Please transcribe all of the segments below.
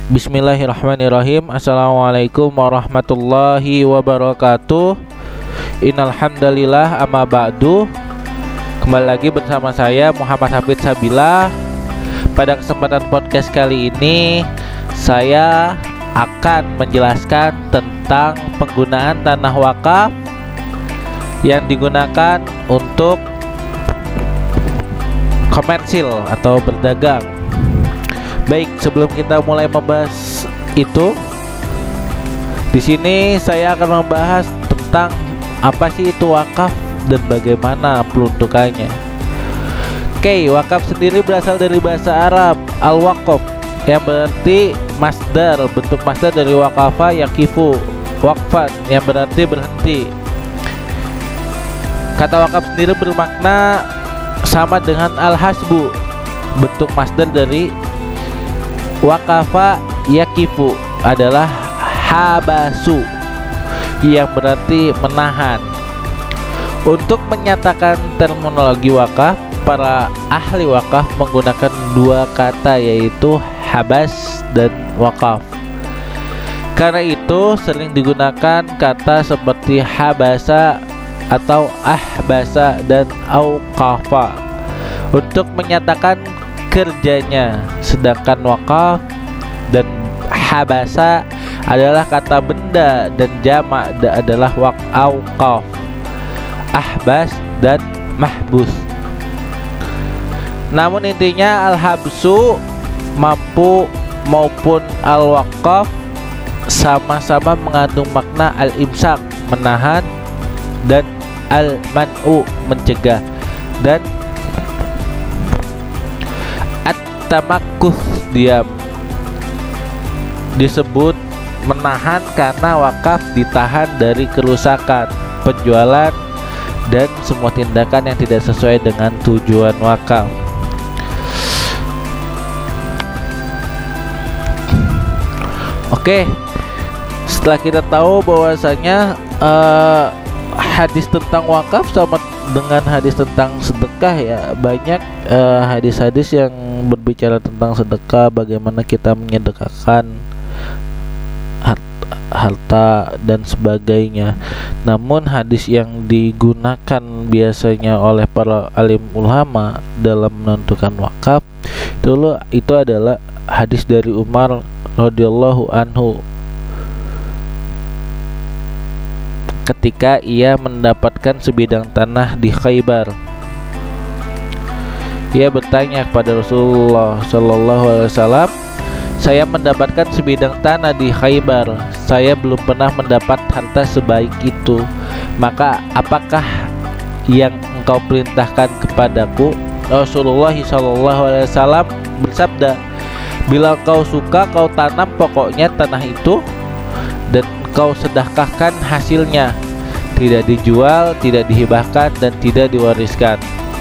Bismillahirrahmanirrahim. Assalamualaikum warahmatullahi wabarakatuh. Innal hamdalillah, amma ba'du. Kembali lagi bersama saya Muhammad Hafid Sabila. Pada kesempatan podcast kali ini saya akan menjelaskan tentang penggunaan tanah wakaf yang digunakan untuk komersil atau berdagang. Baik, sebelum kita mulai membahas itu, di sini saya akan membahas tentang apa sih itu wakaf dan bagaimana peruntukannya. Oke, wakaf sendiri berasal dari bahasa Arab al-waqf yang berarti masdar, bentuk masdar dari waqafa yaqifu, waqfan yang berarti berhenti. Kata wakaf sendiri bermakna sama dengan al-hasbu, bentuk masdar dari waqafa yaqifu adalah habasu yang berarti menahan. Untuk menyatakan terminologi wakaf, para ahli wakaf menggunakan dua kata, yaitu habas dan wakaf. Karena itu sering digunakan kata seperti habasa atau ahbasa dan auqafa untuk menyatakan kerjanya, sedangkan wakaf dan habasa adalah kata benda dan jamak adalah auqaf, ahbas dan mahbus. Namun intinya al-habsu mampu maupun al-waqaf sama-sama mengandung makna al-imsak, menahan, dan al-man'u, mencegah, dan at-tamakkuth, diam. Disebut menahan karena wakaf ditahan dari kerusakan, penjualan, dan semua tindakan yang tidak sesuai dengan tujuan wakaf. Oke, setelah kita tahu bahwasanya hadis tentang wakaf sama dengan hadis tentang sedekah, ya banyak hadis-hadis yang berbicara tentang sedekah, bagaimana kita menyedekahkan harta dan sebagainya. Namun hadis yang digunakan biasanya oleh para alim ulama dalam menentukan wakaf itu adalah hadis dari Umar radhiyallahu anhu ketika ia mendapatkan sebidang tanah di Khaybar. Ia bertanya kepada Rasulullah sallallahu alaihi wasallam, "Saya mendapatkan sebidang tanah di Khaybar. Saya belum pernah mendapat harta sebaik itu. Maka apakah yang engkau perintahkan kepadaku?" Rasulullah sallallahu alaihi wasallam bersabda, "Bila kau suka, kau tanam pokoknya tanah itu dan kau sedekahkan hasilnya, tidak dijual, tidak dihibahkan, dan tidak diwariskan."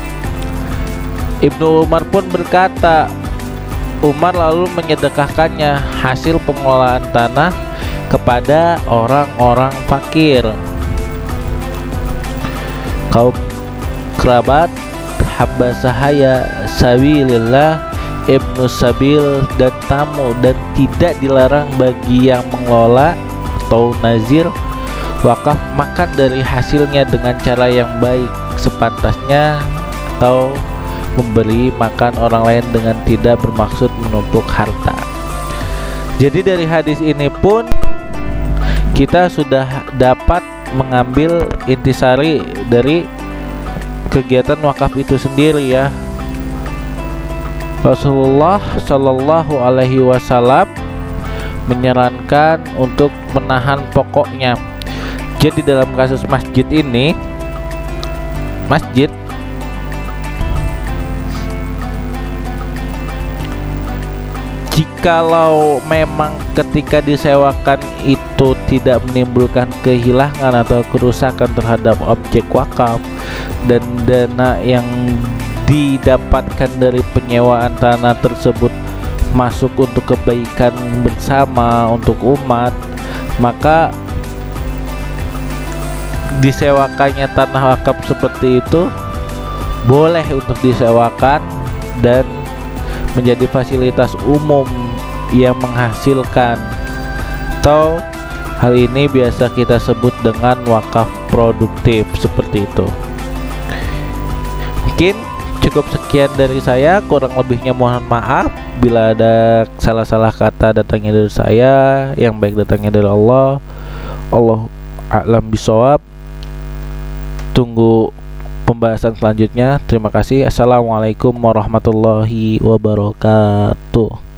Ibnu Umar pun berkata, Umar lalu menyedekahkannya hasil pengelolaan tanah kepada orang-orang fakir, kaum kerabat, hamba sahaya, sabilillah, ibnu sabil, dan tamu, dan tidak dilarang bagi yang mengelola atau nazir wakaf makan dari hasilnya dengan cara yang baik sepantasnya, atau memberi makan orang lain dengan tidak bermaksud menumpuk harta. Jadi dari hadis ini pun kita sudah dapat mengambil intisari dari kegiatan wakaf itu sendiri, ya. Rasulullah Shallallahu Alaihi Wasallam menyarankan untuk menahan pokoknya. Jadi dalam kasus masjid ini, masjid jikalau memang ketika disewakan itu tidak menimbulkan kehilangan atau kerusakan terhadap objek wakaf, dan dana yang didapatkan dari penyewaan tanah tersebut masuk untuk kebaikan bersama untuk umat, maka disewakannya tanah wakaf seperti itu boleh untuk disewakan dan menjadi fasilitas umum yang menghasilkan, atau hal ini biasa kita sebut dengan wakaf produktif, seperti itu. Mungkin cukup sekian dari saya, kurang lebihnya mohon maaf bila ada salah-salah kata datangnya dari saya, yang baik datangnya dari Allah. Allah a'lam bishawab. Tunggu pembahasan selanjutnya. Terima kasih. Assalamualaikum warahmatullahi wabarakatuh.